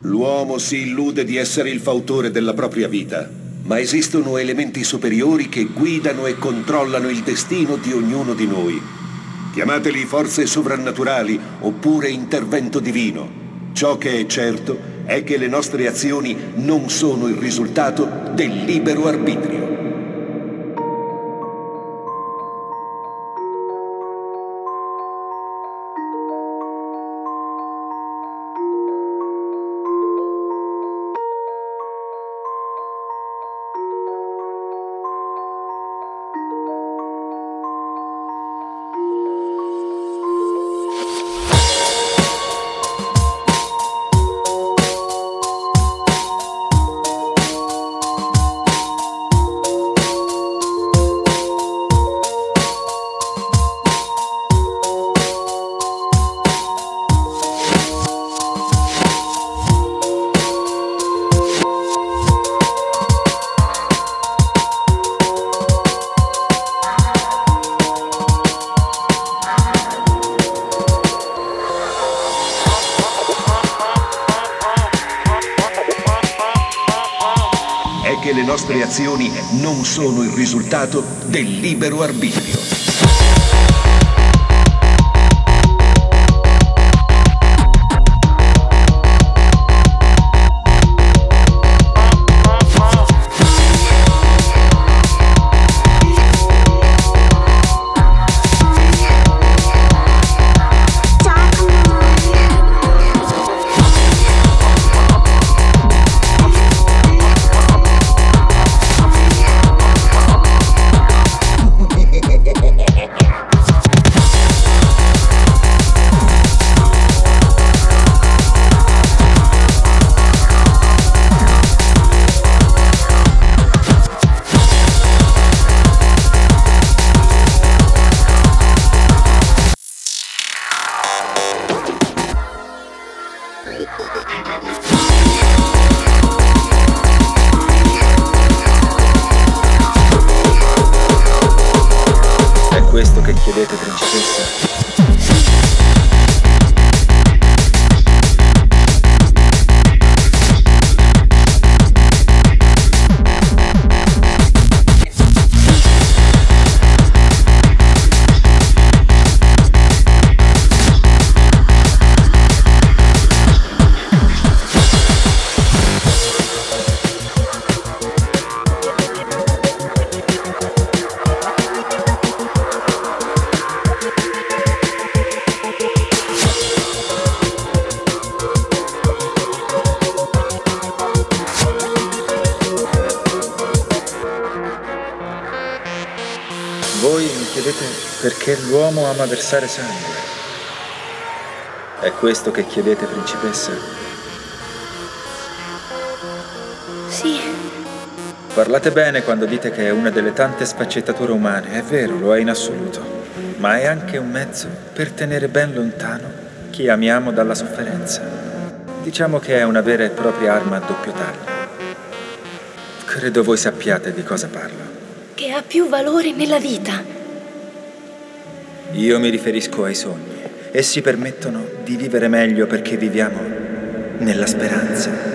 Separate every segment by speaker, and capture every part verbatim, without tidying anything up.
Speaker 1: L'uomo si illude di essere il fautore della propria vita, ma esistono elementi superiori che guidano e controllano il destino di ognuno di noi. Chiamateli forze sovrannaturali oppure intervento divino. Ciò che è certo è che le nostre azioni non sono il risultato del libero arbitrio. Che le nostre azioni non sono il risultato del libero arbitrio.
Speaker 2: È questo che chiedete, principessa? Voi mi chiedete perché l'uomo ama versare sangue. È questo che chiedete, principessa?
Speaker 3: Sì.
Speaker 2: Parlate bene quando dite che è una delle tante sfaccettature umane. È vero, lo è in assoluto. Ma è anche un mezzo per tenere ben lontano chi amiamo dalla sofferenza. Diciamo che è una vera e propria arma a doppio taglio. Credo voi sappiate di cosa parlo.
Speaker 3: Che ha più valore nella vita.
Speaker 2: Io mi riferisco ai sogni. Essi permettono di vivere meglio perché viviamo nella speranza.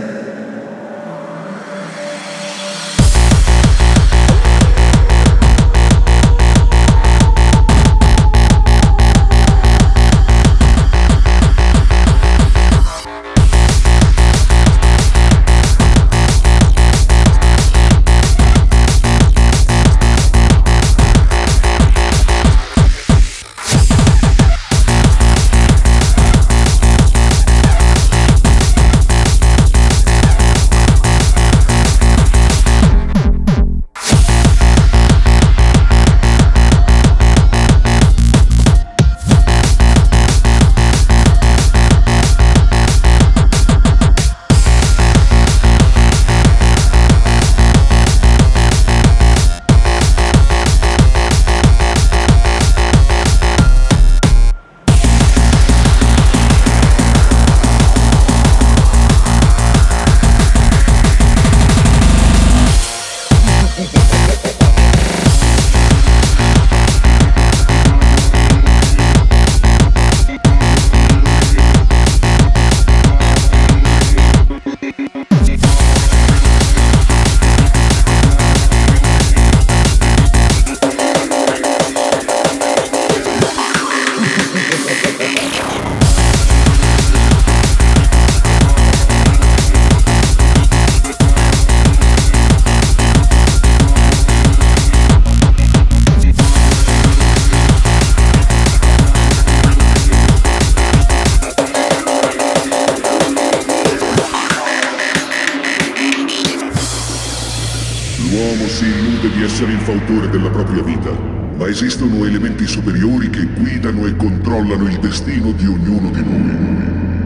Speaker 1: si illude di essere il fautore della propria vita, ma esistono elementi superiori che guidano e controllano il destino di ognuno di noi.